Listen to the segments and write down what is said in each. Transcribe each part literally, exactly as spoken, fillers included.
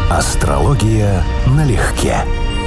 Астрология налегке.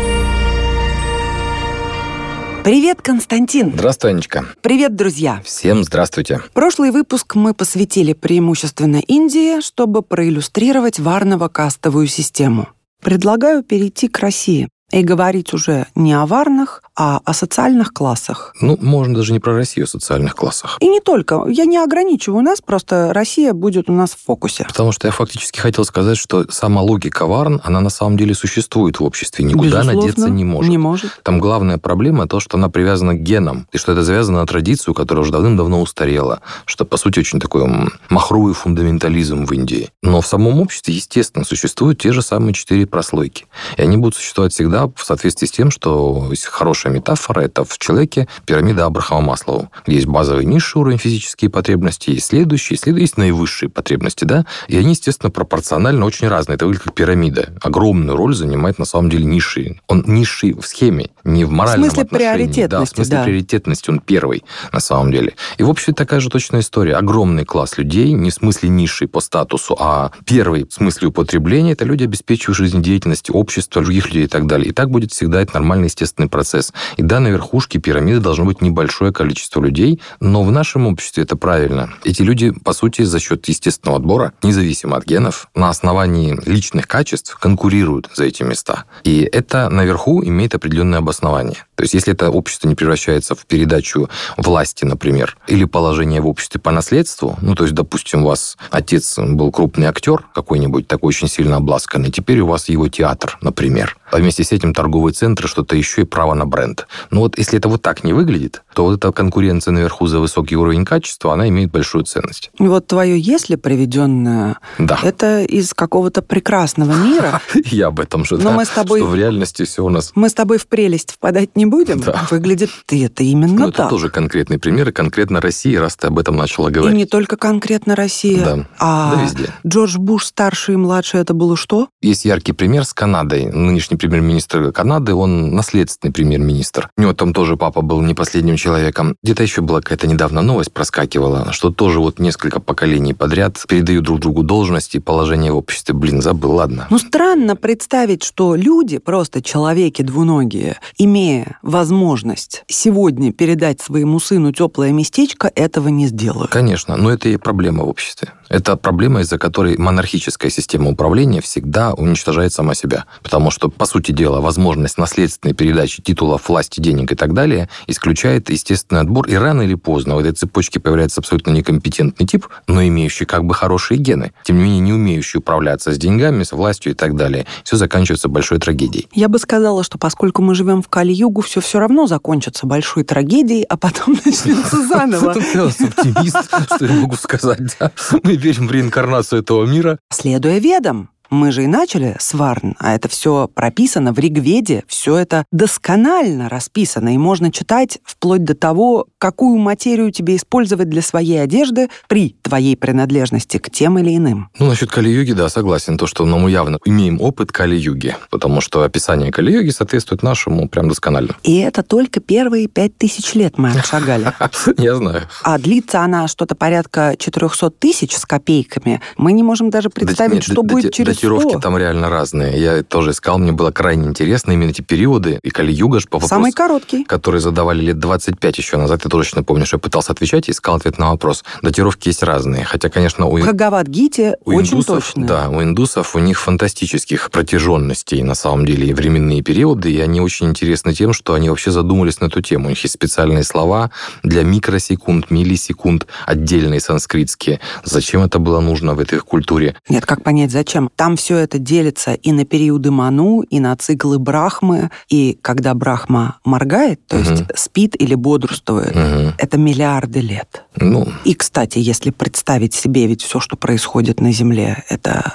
Привет, Константин. Здравствуй, Анечка. Привет, друзья. Всем здравствуйте. Прошлый выпуск мы посвятили преимущественно Индии, чтобы проиллюстрировать варново-кастовую систему. Предлагаю перейти к России и говорить уже не о варнах, а о социальных классах. Ну, можно даже не про Россию, о социальных классах. И не только. Я не ограничиваю нас, просто Россия будет у нас в фокусе. Потому что я фактически хотел сказать, что сама логика варн, она на самом деле существует в обществе, никуда Безусловно, она деться не может. Не может. Там главная проблема то, что она привязана к генам, и что это завязано на традицию, которая уже давным-давно устарела, что, по сути, очень такой махровый фундаментализм в Индии. Но в самом обществе, естественно, существуют те же самые четыре прослойки. И они будут существовать всегда в соответствии с тем, что хорошая метафора – это в человеке пирамида Абрахама Маслоу, где есть базовый низший уровень физические потребности, есть следующие, следующие, есть наивысшие потребности, да, и они, естественно, пропорционально очень разные. Это выглядит как пирамида. Огромную роль занимает, на самом деле, низший. Он низший в схеме, не в моральном отношении. В смысле приоритетности, да. В смысле да. приоритетности он первый, на самом деле. И, в общем, такая же точная история. Огромный класс людей, не в смысле низший по статусу, а первый в смысле употребления – это люди, обеспечивающие жизнедеятельность общества, других людей и так далее. И так будет всегда, это нормальный естественный процесс. И да, на верхушке пирамиды должно быть небольшое количество людей, но в нашем обществе это правильно. Эти люди, по сути, за счет естественного отбора, независимо от генов, на основании личных качеств конкурируют за эти места. И это наверху имеет определенное обоснование. То есть, если это общество не превращается в передачу власти, например, или положение в обществе по наследству, ну, то есть, допустим, у вас отец был крупный актер какой-нибудь, такой очень сильно обласканный, теперь у вас его театр, например, а вместе с этим торговые центры, что-то еще и право на бренд. Ну вот если это вот так не выглядит, то вот эта конкуренция наверху за высокий уровень качества, она имеет большую ценность. Вот твое «если» приведенное, да. Это из какого-то прекрасного мира. Я об этом же, Но да, мы с тобой... что в реальности все у нас... Мы с тобой в прелесть впадать не будем. Да. Выглядит это именно ну, так. Это тоже конкретный пример, и конкретно Россия, раз ты об этом начала говорить. И не только конкретно Россия, да. а да, везде. Джордж Буш старший и младший, это было что? Есть яркий пример с Канадой. Нынешний премьер-министр Канады, он наследственный премьер-министр. У него там тоже папа был не последним человеком. Где-то еще была какая-то недавно новость проскакивала, что тоже вот несколько поколений подряд передают друг другу должности и положение в обществе. Блин, забыл, ладно. Ну, странно представить, что люди, просто человеки двуногие, имея возможность сегодня передать своему сыну теплое местечко, этого не сделают. Конечно, но это и проблема в обществе. Это проблема, из-за которой монархическая система управления всегда уничтожает сама себя. Потому что, по сути дела, возможность наследственной передачи титулов, власти, денег и так далее исключает естественный отбор. И рано или поздно в этой цепочке появляется абсолютно некомпетентный тип, но имеющий как бы хорошие гены, тем не менее не умеющий управляться с деньгами, с властью и так далее. Все заканчивается большой трагедией. Я бы сказала, что поскольку мы живем в Кали-Югу, все все равно закончится большой трагедией, а потом начнется заново. Ты оптимист, что я могу сказать, да? Мы верим в реинкарнацию этого мира. Следуя ведам. Мы же и начали с варн, а это все прописано в Ригведе, все это досконально расписано, и можно читать вплоть до того, какую материю тебе использовать для своей одежды при твоей принадлежности к тем или иным. Ну, насчет Кали-Юги, да, согласен. То, что ну, мы явно имеем опыт Кали-Юги, потому что описание Кали-Юги соответствует нашему прям досконально. И это только первые пять тысяч лет мы отшагали. Я знаю. А длится она что-то порядка четыреста тысяч с копейками. Мы не можем даже представить, что будет через Датировки там реально разные. Я тоже искал, мне было крайне интересно именно эти периоды. И Кали-Юга, по вопросу, самый короткий, который задавали лет двадцать пять еще назад. Я точно помню, что я пытался отвечать и искал ответ на вопрос. Датировки есть разные. Хотя, конечно, у... Бхагавад-гите очень индусов, точно. Да, у индусов у них фантастических протяженностей, на самом деле, и временные периоды, и они очень интересны тем, что они вообще задумались на эту тему. У них есть специальные слова для микросекунд, миллисекунд, отдельные санскритские. Зачем это было нужно в этой культуре? Нет, как понять, зачем? Там все это делится и на периоды Ману, и на циклы Брахмы. И когда Брахма моргает, то угу. есть спит или бодрствует, угу. это миллиарды лет. Ну. И, кстати, если представить себе, ведь все, что происходит на Земле, это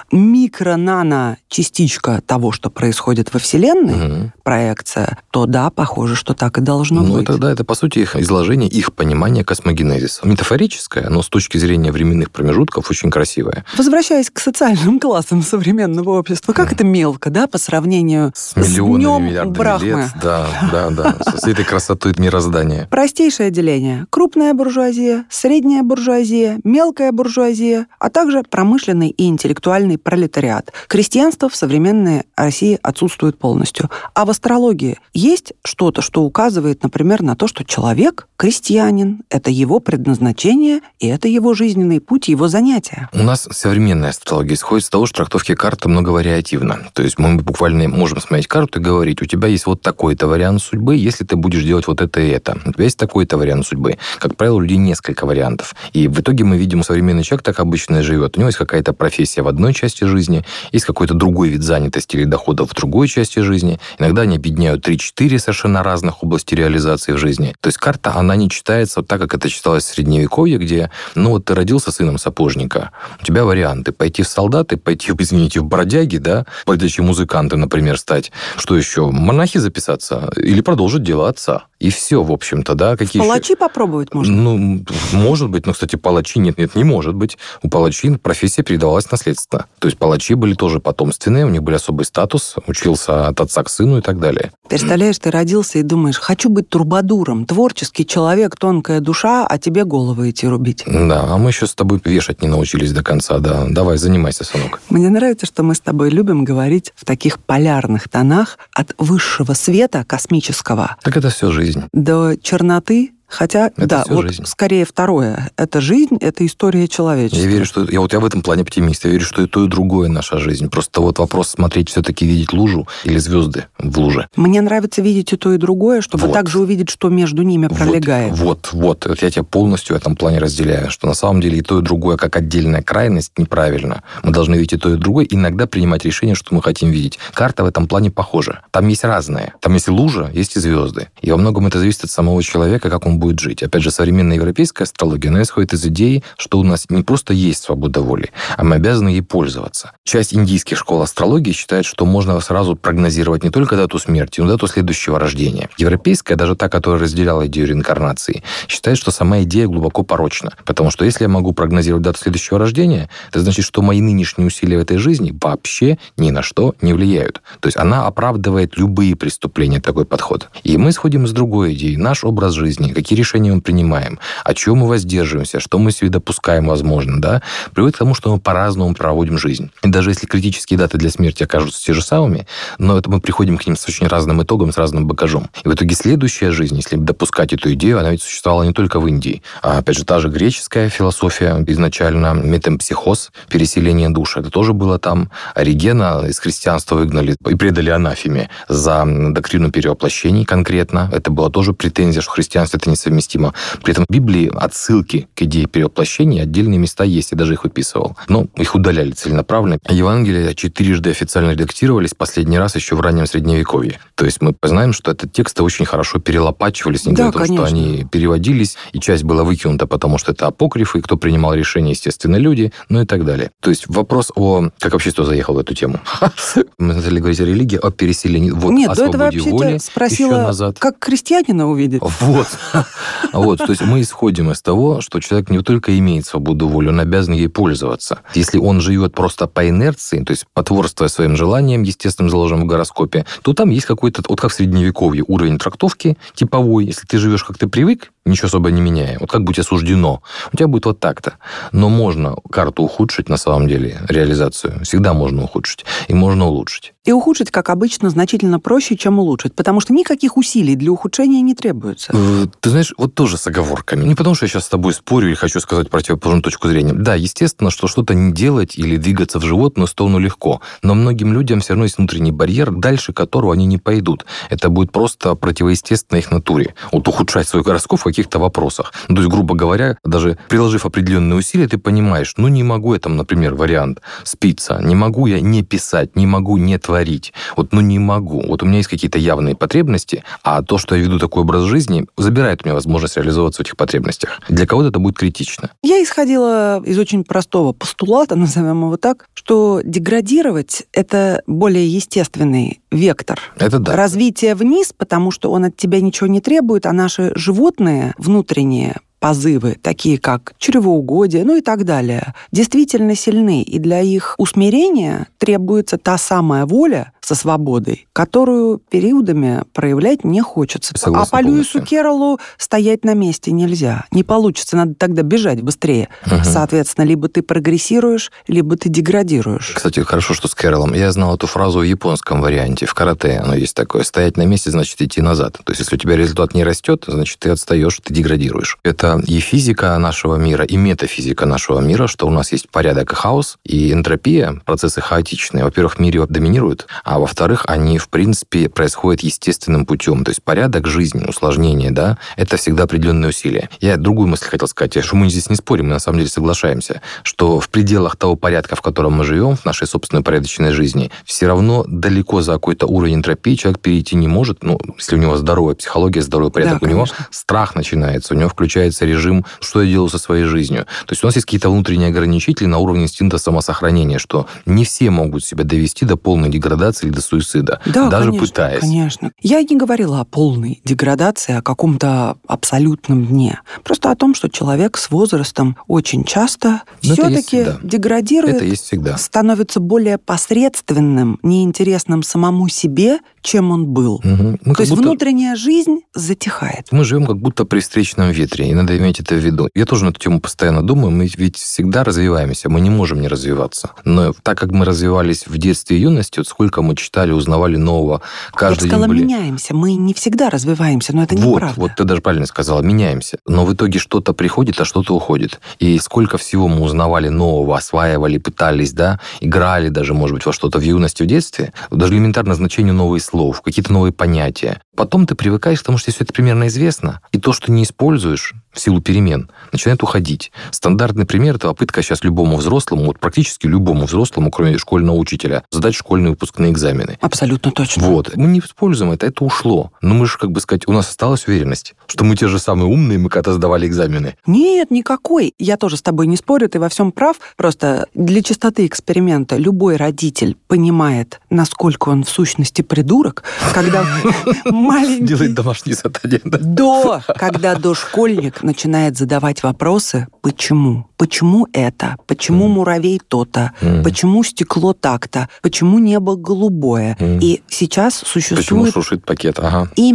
микро-нано-частичка того, что происходит во Вселенной, угу. проекция, то да, похоже, что так и должно ну, быть. Ну, это, да, это, по сути, их изложение, их понимания космогенезиса. Метафорическое, но с точки зрения временных промежутков очень красивое. Возвращаясь к социальным классам современности, современного общества. Как это мелко, да, по сравнению с, с миллионами, днем миллиардами Брахмы. лет. Да, да, да. С этой красотой мироздания. Простейшее деление. Крупная буржуазия, средняя буржуазия, мелкая буржуазия, а также промышленный и интеллектуальный пролетариат. Крестьянство в современной России отсутствует полностью. А в астрологии есть что-то, что указывает, например, на то, что человек крестьянин, это его предназначение, и это его жизненный путь, его занятия. У нас современная астрология исходит с того, что трактовки карты много вариативно. То есть мы буквально можем смотреть карту и говорить, у тебя есть вот такой-то вариант судьбы, если ты будешь делать вот это и это. У тебя есть такой-то вариант судьбы. Как правило, у людей несколько вариантов. И в итоге мы видим, современный человек так обычно и живет. У него есть какая-то профессия в одной части жизни, есть какой-то другой вид занятости или дохода в другой части жизни. Иногда они объединяют три-четыре совершенно разных области реализации в жизни. То есть карта, она не читается вот так, как это читалось в Средневековье, где, ну вот ты родился сыном сапожника, у тебя варианты: пойти в солдаты, пойти, извините, в бродяги, да, бродячие музыканты, например, стать. Что еще? Монахи записаться или продолжить дело отца. И все, в общем-то, да. Какие Палачи еще... попробовать можно? Ну, может быть, но, кстати, палачи нет, нет, не может быть. У палачей профессия передавалась наследственно. То есть палачи были тоже потомственные, у них был особый статус, учился от отца к сыну и так далее. Представляешь, ты родился и думаешь, хочу быть трубадуром, творческий человек, тонкая душа, а тебе головы идти рубить. Да, а мы еще с тобой вешать не научились до конца, да. Давай, занимайся, сынок. Мне нравится, что мы с тобой любим говорить в таких полярных тонах от высшего света космического. Так это все жизнь. До черноты. Хотя, это да, вот жизнь. Скорее второе. Это жизнь, это история человечества. Я верю, что... Я вот я в этом плане оптимист. Я верю, что и то, и другое наша жизнь. Просто вот вопрос смотреть, все-таки видеть лужу или звезды в луже. Мне нравится видеть и то, и другое, чтобы вот. также увидеть, что между ними пролегает. Вот, вот, вот. Я тебя полностью в этом плане разделяю, что на самом деле и то, и другое, как отдельная крайность, неправильно. Мы должны видеть и то, и другое, иногда принимать решение, что мы хотим видеть. Карта в этом плане похожа. Там есть разное. Там есть и лужа, есть и звезды. И во многом это зависит от самого человека, как он будет жить. Опять же, современная европейская астрология, она исходит из идеи, что у нас не просто есть свобода воли, а мы обязаны ей пользоваться. Часть индийских школ астрологии считает, что можно сразу прогнозировать не только дату смерти, но и дату следующего рождения. Европейская, даже та, которая разделяла идею реинкарнации, считает, что сама идея глубоко порочна. Потому что если я могу прогнозировать дату следующего рождения, это значит, что мои нынешние усилия в этой жизни вообще ни на что не влияют. То есть она оправдывает любые преступления, такой подход. И мы исходим из другой идеи. Наш образ жизни, какие решения мы принимаем, от чего мы воздерживаемся, что мы себе допускаем, возможно, да, приводит к тому, что мы по-разному проводим жизнь. И даже если критические даты для смерти окажутся те же самыми, но это мы приходим к ним с очень разным итогом, с разным багажом. И в итоге следующая жизнь, если допускать эту идею, она ведь существовала не только в Индии, а, опять же, та же греческая философия изначально, метемпсихоз, переселение душ, это тоже было там. Оригена из христианства выгнали и предали анафеме за доктрину перевоплощений конкретно. Это была тоже претензия, что христианство это несовместимо. При этом в Библии отсылки к идее перевоплощения, отдельные места есть, я даже их выписывал. Но их удаляли целенаправленно. Евангелия четырежды официально редактировались, последний раз еще в раннем Средневековье. То есть мы знаем, что этот тексты очень хорошо перелопачивались, не да, говоря о том, что они переводились, и часть была выкинута, потому что это апокрифы, кто принимал решения, естественно, люди, ну и так далее. То есть вопрос о... Как общество заехало в эту тему? Мы начали говорить о религии, о переселении, вот, Нет, о до этого свободе воли. Спросила, как крестьянина увидеть. Вот. Вот, то есть мы исходим из того, что человек не только имеет свободу воли, он обязан ей пользоваться. Если он живет просто по инерции, то есть потворствуя своим желаниям, естественным заложенным в гороскопе, то там есть какой-то, вот как в Средневековье, уровень трактовки типовой. Если ты живешь, как ты привык, ничего особо не меняя, вот как бы тебе суждено, у тебя будет вот так-то. Но можно карту ухудшить, на самом деле, реализацию. Всегда можно ухудшить. И можно улучшить. И ухудшить, как обычно, значительно проще, чем улучшить, потому что никаких усилий для ухудшения не требуется. Ты знаешь, вот тоже с оговорками. Не потому, что я сейчас с тобой спорю или хочу сказать противоположную точку зрения. Да, естественно, что что-то не делать или двигаться в животную сторону легко, но многим людям все равно есть внутренний барьер, дальше которого они не пойдут. Это будет просто противоестественно их натуре. Вот ухудшать свой гороскоп в каких-то вопросах. Ну, то есть, грубо говоря, даже приложив определенные усилия, ты понимаешь, ну, не могу я там, например, вариант спица, не могу я не писать, не могу не творить. Вот, ну, не могу. Вот у меня есть какие-то явные потребности, а то, что я веду такой образ жизни, забирает у меня возможность реализовываться в этих потребностях. Для кого-то это будет критично. Я исходила из очень простого постулата, назовем его так, что деградировать – это более естественный вектор. Это да. Развитие вниз, потому что он от тебя ничего не требует, а наши животные внутренние позывы, такие как чревоугодие, ну и так далее, действительно сильны, и для их усмирения требуется та самая воля со свободой, которую периодами проявлять не хочется. Согласен а по полностью. Льюису Керролу стоять на месте нельзя. Не получится, надо тогда бежать быстрее. Угу. Соответственно, либо ты прогрессируешь, либо ты деградируешь. Кстати, хорошо, что с Керролом. Я знал эту фразу в японском варианте. В карате оно есть такое. Стоять на месте значит идти назад. То есть, если у тебя результат не растет, значит, ты отстаешь, ты деградируешь. Это и физика нашего мира, и метафизика нашего мира, что у нас есть порядок и хаос, и энтропия, процессы хаотичные. Во-первых, в мире доминируют, а во-вторых, они, в принципе, происходят естественным путем. То есть порядок жизни, усложнение, да, это всегда определенные усилия. Я другую мысль хотел сказать, что мы здесь не спорим, мы на самом деле соглашаемся, что в пределах того порядка, в котором мы живем, в нашей собственной порядочной жизни, все равно далеко за какой-то уровень энтропии человек перейти не может. Ну, если у него здоровая психология, здоровый порядок, да, у него страх начинается, у него включается режим, что я делаю со своей жизнью. То есть у нас есть какие-то внутренние ограничители на уровне инстинкта самосохранения, что не все могут себя довести до полной деградации или до суицида, да, даже конечно, пытаясь. Конечно. Я не говорила о полной деградации, о каком-то абсолютном дне. Просто о том, что человек с возрастом очень часто Но все-таки деградирует, это есть всегда. Становится более посредственным, неинтересным самому себе, чем он был. Угу. То есть будто... внутренняя жизнь затихает. Мы живем как будто при встречном ветре, и надо иметь это в виду. Я тоже на эту тему постоянно думаю, мы ведь всегда развиваемся, мы не можем не развиваться. Но так как мы развивались в детстве и юности, вот сколько мы читали, узнавали нового, каждый Я бы сказала, день были... меняемся. Мы не всегда развиваемся, но это вот, неправда. Вот ты даже правильно сказала, меняемся. Но в итоге что-то приходит, а что-то уходит. И сколько всего мы узнавали нового, осваивали, пытались, да, играли даже, может быть, во что-то в юности, в детстве, даже элементарно значению новых слов, какие-то новые понятия. Потом ты привыкаешь к тому, что тебе все это примерно известно, и то, что не используешь в силу перемен, начинает уходить. Стандартный пример – это попытка сейчас любому взрослому, вот практически любому взрослому, кроме школьного учителя, сдать школьные выпускные экзамены. Абсолютно точно. Вот. Мы не используем это, это ушло. Но мы же, как бы сказать, у нас осталась уверенность, что мы те же самые умные, мы когда сдавали экзамены. Нет, никакой. Я тоже с тобой не спорю, ты во всем прав. Просто для чистоты эксперимента любой родитель понимает, насколько он в сущности придурок, когда маленький... Делает домашние задания. До, когда дошкольник начинает задавать вопросы, почему? Почему это? Почему mm. муравей то-то? Mm. Почему стекло так-то? Почему небо голубое? Mm. И сейчас существует... Почему шуршит пакет? Ага. И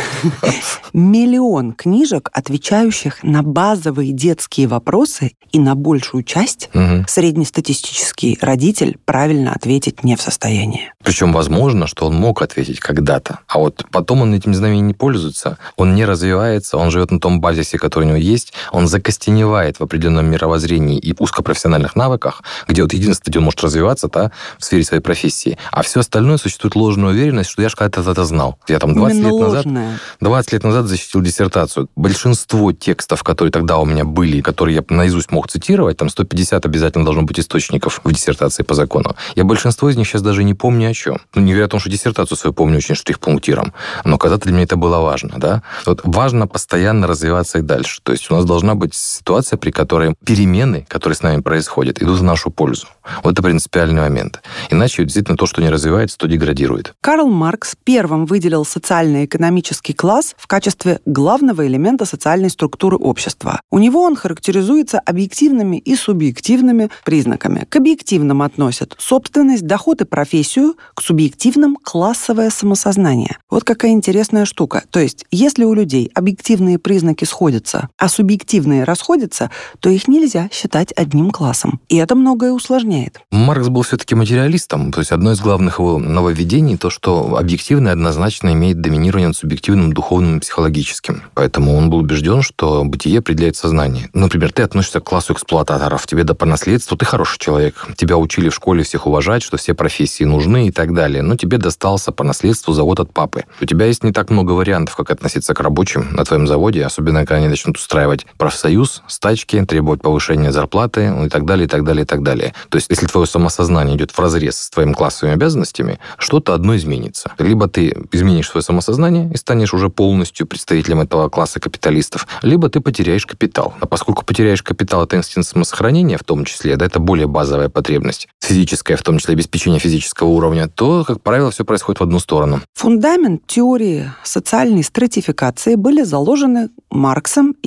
миллион книжек, отвечающих на базовые детские вопросы, и на большую часть mm-hmm. среднестатистический родитель правильно ответить не в состоянии. Причем возможно, что он мог ответить когда-то, а вот потом он этим знанием не пользуется, он не развивается, он живет на том базисе, который у него есть, он закостеневает в определенном мировоззрении и узкопрофессиональных навыках, где вот единственное, где он может развиваться, да, в сфере своей профессии, а все остальное существует ложная уверенность, что я же когда-то это знал. Я там двадцать лет назад, двадцать лет назад защитил диссертацию. Большинство текстов, которые тогда у меня были, которые я наизусть мог цитировать, там сто пятьдесят обязательно должно быть источников в диссертации по закону, я большинство из них сейчас даже не помню о чем. Ну, не говоря о том, что диссертацию свою помню очень штрих-пунктиром, но когда-то для меня это было важно, да. Вот важно постоянно развиваться и дальше. То есть у нас должна быть ситуация, при которой перемены, которые с нами происходят, идут в нашу пользу. Вот это принципиальный момент. Иначе действительно то, что не развивается, то деградирует. Карл Маркс первым выделил социально-экономический класс в качестве главного элемента социальной структуры общества. У него он характеризуется объективными и субъективными признаками. К объективным относят собственность, доход и профессию, к субъективным – классовое самосознание. Вот какая интересная штука. То есть, если у людей объективные признаки сходятся, а субъективные расходятся, то их нельзя считать одним классом. И это многое усложняет. Маркс был все-таки материалистом. То есть, одно из главных его нововведений то, что объективное однозначно имеет доминирование над субъективным, духовным и психологическим. Поэтому он был убежден, что бытие определяет сознание. Например, ты относишься к классу эксплуататоров, тебе да по наследству, ты хороший человек. Тебя учили в школе всех уважать, что все профессии нужны и так далее. Но тебе достался по наследству завод от папы. У тебя есть не так много вариантов, как относиться к рабочим на твоем заводе, особенно когда они начнут устраивать профсоюз, стачки, требовать повышения зарплаты, ну, и так далее, и так далее, и так далее. То есть, если твое самосознание идет вразрез с твоими классовыми обязанностями, что-то одно изменится. Либо ты изменишь свое самосознание и станешь уже полностью представителем этого класса капиталистов, либо ты потеряешь капитал. А поскольку потеряешь капитал, это инстинкт самосохранения в том числе, да, это более базовая потребность, физическая, в том числе обеспечение физического уровня, то, как правило, все происходит в одну сторону. Фундамент теории социальной стратификации были заложены Марксом и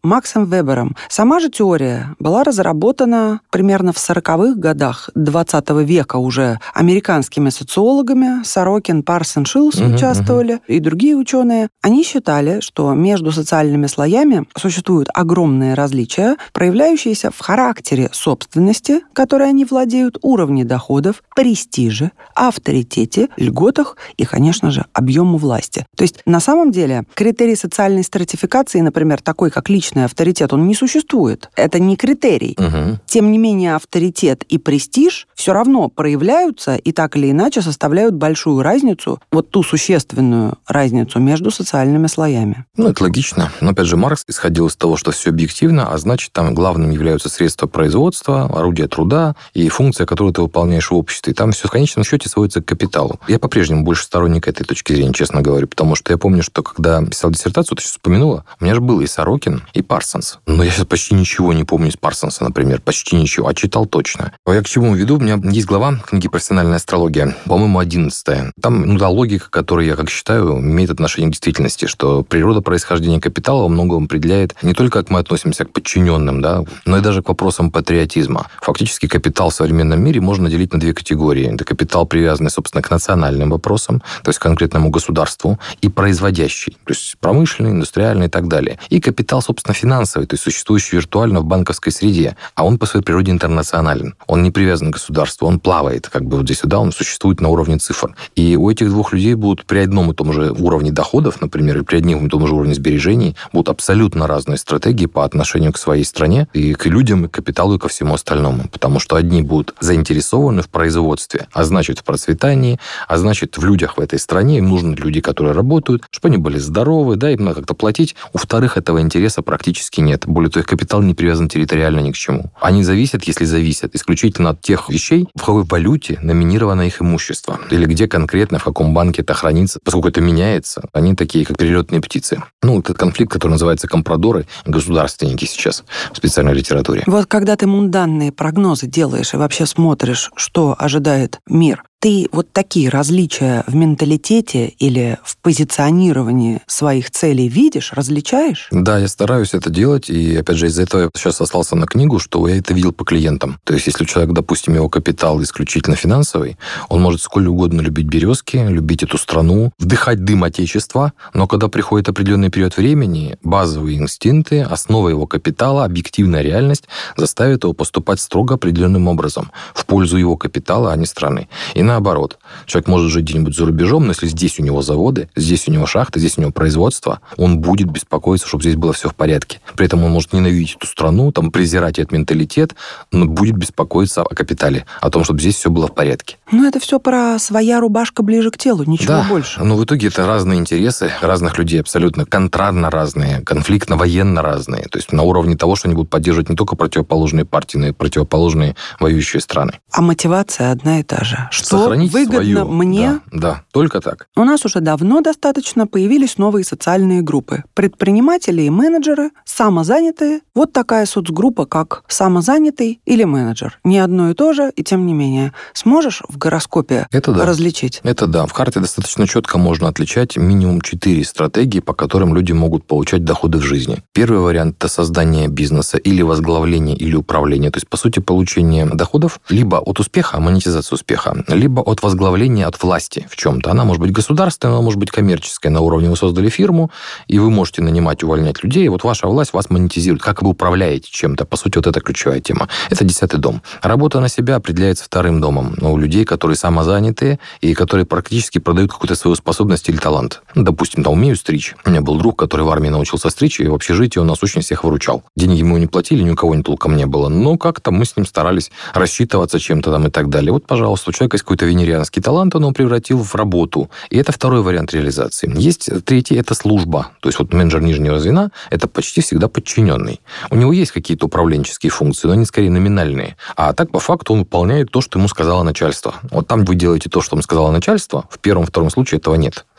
Максом Вебером. Сама же теория была разработана примерно в сороковых годах двадцатого века уже американскими социологами. Сорокин, Парсон, Шилс uh-huh, участвовали, uh-huh. и другие ученые. Они считали, что между социальными слоями существуют огромные различия, проявляющиеся в характере собственности, которой они владеют, уровне доходов, престиже, авторитете, льготах и, конечно же, объему власти. То есть, на самом деле, критерий социальной стратификации, например, такой, как личный авторитет, он не существует. Это не критерий. Угу. Тем не менее, авторитет и престиж все равно проявляются и так или иначе составляют большую разницу, вот ту существенную разницу между социальными слоями. Ну, это логично. Но, опять же, Маркс исходил из того, что все объективно, а значит, там главным являются средства производства, орудия труда и функция, которую ты выполняешь в обществе. И там все в конечном счете сводится к капиталу. Я по-прежнему больше сторонник этой точки зрения, честно говорю, потому что я помню, что когда писал диссертацию, ты сейчас вспомянула, у меня же был и Сорокин, и Парсонс. Но я сейчас почти ничего не помню из Парсонса, например, почти ничего, а читал точно. Я к чему веду? У меня есть глава книги «Профессиональная астрология», по-моему, одиннадцатая. Там, ну да, логика, которую я, как считаю, имеет отношение к действительности, что природа происхождения капитала во многом определяет не только, как мы относимся к подчиненным, да, но и даже к вопросам патриотизма. Фактически капитал в современном мире можно делить на две категории. Это капитал, привязанный, собственно, к национальным вопросам, то есть к конкретному государству, и производящий, то есть промышленный, индустриальный и так далее. И капитал, собственно, финансовый, то есть существующий виртуально в банковской среде, а он по своей природе интернационален. Он не привязан к государству, он плавает как бы вот здесь сюда, он существует на уровне цифр. И у этих двух людей будут при одном и том же уровне доходов, например, и при одном и том же уровне сбережений будут абсолютно разные стратегии по отношению к своей стране и к людям, и к капиталу, и ко всему остальному. Потому что одни будут заинтересованы в производстве, а значит, в процветании, а значит, в людях в этой стране. Им нужны люди, которые работают, чтобы они были здоровы, да, им надо как-то платить. У вторых этого интереса практически нет. Более того, их капитал не привязан территориально ни к чему. Они зависят, если зависят, исключительно от тех вещей, в какой валюте номинировано их имущество. Или где конкретно, в каком банке это хранится. Поскольку это меняется, они такие, как перелетные птицы. Ну, этот конфликт, который называется компрадоры, государственники сейчас в специальной литературе. Вот когда ты мунданные прогнозы делаешь и вообще смотришь, что ожидает мир, ты вот такие различия в менталитете или в позиционировании своих целей видишь, различаешь? Да, я стараюсь это делать, и, опять же, из-за этого я сейчас сослался на книгу, что я это видел по клиентам. То есть, если человек, допустим, его капитал исключительно финансовый, он может сколь угодно любить березки, любить эту страну, вдыхать дым Отечества, но когда приходит определенный период времени, базовые инстинкты, основа его капитала, объективная реальность заставит его поступать строго определенным образом в пользу его капитала, а не страны. И наоборот. Человек может жить где-нибудь за рубежом, но если здесь у него заводы, здесь у него шахты, здесь у него производство, он будет беспокоиться, чтобы здесь было все в порядке. При этом он может ненавидеть эту страну, там, презирать этот менталитет, но будет беспокоиться о капитале, о том, чтобы здесь все было в порядке. Ну, это все про своя рубашка ближе к телу, ничего да, больше. Но в итоге это разные интересы разных людей, абсолютно контрарно разные, конфликтно-военно разные. То есть на уровне того, что они будут поддерживать не только противоположные партии, но и противоположные воюющие страны. А мотивация одна и та же. Что сохранить выгодно свою. мне? Да, да, только так. У нас уже давно достаточно появились новые социальные группы. Предприниматели и менеджеры, самозанятые. Вот такая соцгруппа, как самозанятый или менеджер. Не одно и то же, и тем не менее. Сможешь в гороскопе это да. различить? Это да. В карте достаточно четко можно отличать минимум четыре стратегии, по которым люди могут получать доходы в жизни. Первый вариант – это создание бизнеса или возглавление, или управление. То есть, по сути, получение доходов либо от успеха, монетизация успеха, либо от возглавления, от власти в чем-то. Она может быть государственная, она может быть коммерческая. На уровне вы создали фирму, и вы можете нанимать, увольнять людей, и вот ваша власть вас монетизирует. Как вы управляете чем-то? По сути, вот это ключевая тема. Это десятый дом. Работа на себя определяется вторым домом. Но у людей, которые самозанятые, и которые практически продают какую-то свою способность или талант. Ну, допустим, там, умею стричь. У меня был друг, который в армии научился стричь, и в общежитии он нас очень всех выручал. Деньги ему не платили, ни у кого ни толком не было. Но как-то мы с ним старались рассчитываться чем-то там и так далее. Вот, пожалуйста, у человека есть какой-то венерианский талант, он его превратил в работу. И это второй вариант реализации. Есть третий, это служба. То есть вот менеджер нижнего звена – это почти всегда подчиненный. У него есть какие-то управленческие функции, но они скорее номинальные. А так, по факту, он выполняет то, что ему сказало начальство. Вот там вы делаете то, что вам сказало начальство, в первом-втором случае этого нет.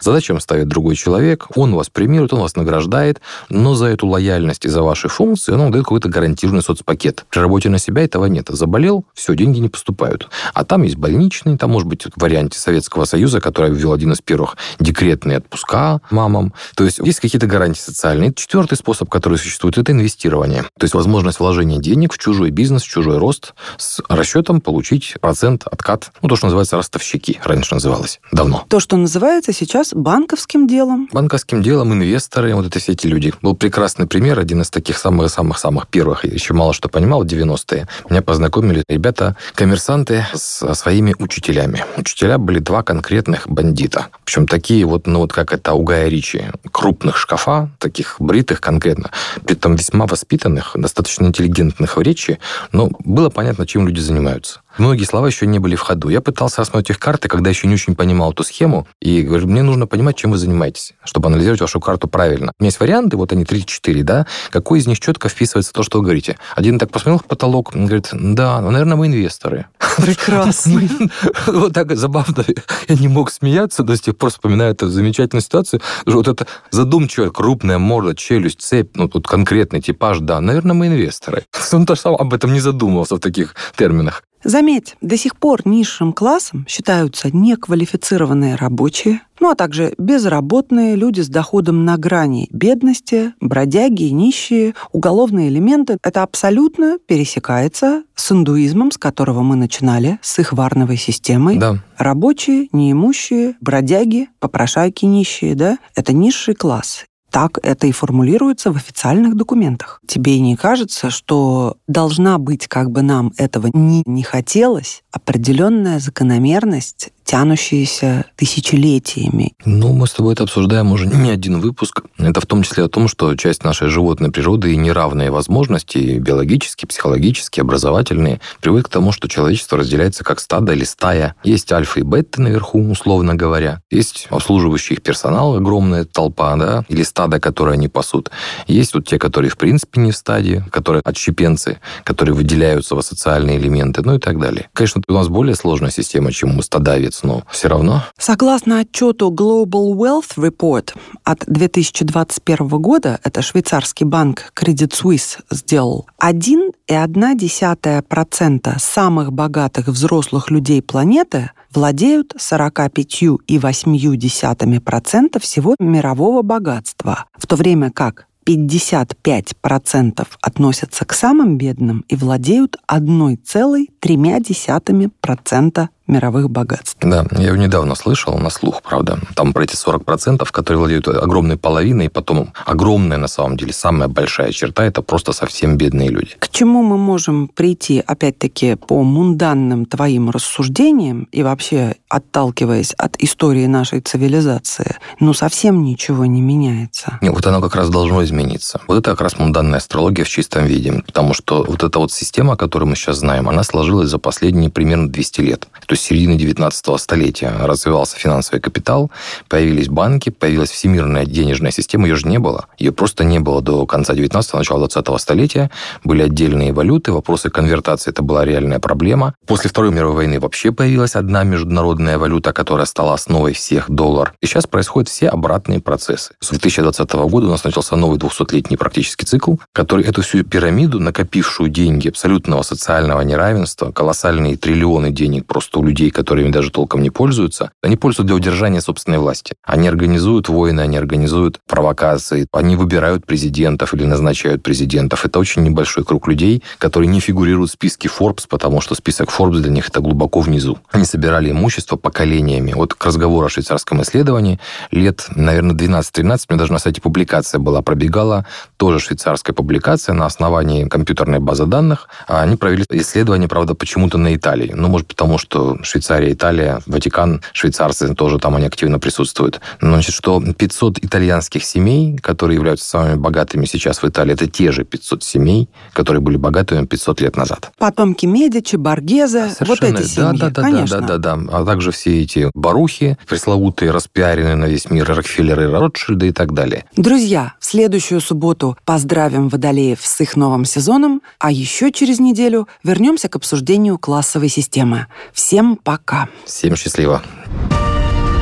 Задачу вам ставит другой человек, он вас премирует, он вас награждает, но за эту лояльность и за ваши функции он вам дает какой-то гарантированный соцпакет. При работе на себя этого нет. Заболел, все, деньги не поступают. А там есть больничный, там, может быть, в варианте Советского Союза, который ввел один из первых, декретные отпуска мамам. То есть есть какие-то гарантии социальные. Четвертый способ, который существует, это инвестирование. То есть возможность вложения денег в чужой бизнес, в чужой рост с расчетом получить процент, откат. Ну, то, что называется ростовщики, раньше называлось. Давно. То, что называется сейчас банковским делом. Банковским делом, инвесторы, вот это все эти люди. Был прекрасный пример, один из таких самых-самых-самых первых, я еще мало что понимал, в девяностые. Меня познакомили ребята-коммерсанты со своими учителями. Учителя были два конкретных бандита. Причем такие вот, ну вот как это у Гая Ричи, крупных шкафа, таких бритых конкретно, при этом весьма воспитанных, достаточно интеллигентных в речи, но было понятно, чем люди занимаются. Многие слова еще не были в ходу. Я пытался рассмотреть их карты, когда еще не очень понимал эту схему, и говорю, мне нужно понимать, чем вы занимаетесь, чтобы анализировать вашу карту правильно. У меня есть варианты, вот они три-четыре, да, какой из них четко вписывается в то, что вы говорите. Один так посмотрел в потолок, говорит, да, ну, наверное, мы инвесторы. Прекрасно. Вот так забавно. Я не мог смеяться, до сих пор вспоминаю эту замечательную ситуацию. Вот это задумчивая, крупная морда, челюсть, цепь, ну, тут конкретный типаж, да, наверное, мы инвесторы. Он тоже сам об этом не задумывался в таких терминах. Заметь, до сих пор низшим классом считаются неквалифицированные рабочие, ну а также безработные, люди с доходом на грани бедности, бродяги, нищие, уголовные элементы. Это абсолютно пересекается с индуизмом, с которого мы начинали, с их варновой системой. Да. Рабочие, неимущие, бродяги, попрошайки нищие, да, это низший класс. Так это и формулируется в официальных документах. Тебе не кажется, что должна быть, как бы нам этого ни не хотелось, определенная закономерность, тянущаяся тысячелетиями? Ну, мы с тобой это обсуждаем уже не один выпуск. Это в том числе о том, что часть нашей животной природы и неравные возможности, биологические, психологические, образовательные, приводят к тому, что человечество разделяется как стадо или стая. Есть альфа и бета наверху, условно говоря. Есть обслуживающий их персонал, огромная толпа, да, или стадо, которое они пасут. Есть вот те, которые в принципе не в стадии, которые отщепенцы, которые выделяются в социальные элементы, ну и так далее. Конечно, у нас более сложная система, чем у стадовец, но все равно. Согласно отчету Global Wealth Report от две тысячи двадцать первого года, это швейцарский банк Credit Suisse сделал, один и одна десятая процента самых богатых взрослых людей планеты владеют сорок пять и восемь десятых процента всего мирового богатства, в то время как пятьдесят пять процентов относятся к самым бедным и владеют одна целая три десятых процента мировых богатств. Да, я его недавно слышал, на слух, правда. Там про эти сорок процентов, которые владеют огромной половиной, и потом огромная, на самом деле, самая большая черта, это просто совсем бедные люди. К чему мы можем прийти, опять-таки, по мунданным твоим рассуждениям и вообще отталкиваясь от истории нашей цивилизации? Ну, совсем ничего не меняется. Нет, вот оно как раз должно измениться. Вот это как раз мунданная астрология в чистом виде, потому что вот эта вот система, которую мы сейчас знаем, она сложилась за последние примерно двести лет. То есть с середины девятнадцатого столетия развивался финансовый капитал, появились банки, появилась всемирная денежная система, ее же не было. Ее просто не было до конца девятнадцатого, начала двадцатого столетия. Были отдельные валюты, вопросы конвертации – это была реальная проблема. После Второй мировой войны вообще появилась одна международная валюта, которая стала основой всех – доллар. И сейчас происходят все обратные процессы. С две тысячи двадцатого года у нас начался новый двухсотлетний практически цикл, который эту всю пирамиду, накопившую деньги абсолютного социального неравенства, колоссальные триллионы денег просто у людей, которыми даже толком не пользуются, они пользуются для удержания собственной власти. Они организуют войны, они организуют провокации, они выбирают президентов или назначают президентов. Это очень небольшой круг людей, которые не фигурируют в списке Forbes, потому что список Forbes для них это глубоко внизу. Они собирали имущество поколениями. Вот к разговору о швейцарском исследовании лет, наверное, двенадцать-тринадцать, у меня даже на сайте публикация была, пробегала, тоже швейцарская публикация на основании компьютерной базы данных. Они провели исследование, правда, почему-то на Италии. Ну, может, потому что Швейцария, Италия, Ватикан, швейцарцы тоже там они активно присутствуют. Значит, что пятьсот итальянских семей, которые являются самыми богатыми сейчас в Италии, это те же пятьсот семей, которые были богатыми пятьсот лет назад. Потомки Медичи, Боргезе, вот эти семьи, да, да, конечно. Да, да, да, да. А также все эти барухи, пресловутые, распиаренные на весь мир, Рокфеллеры, Ротшильды и так далее. Друзья, в следующую субботу поздравим водолеев с их новым сезоном, а еще через неделю вернемся к обсуждению классовой системы. Всем пока. Всем счастливо.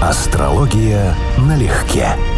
Астрология налегке.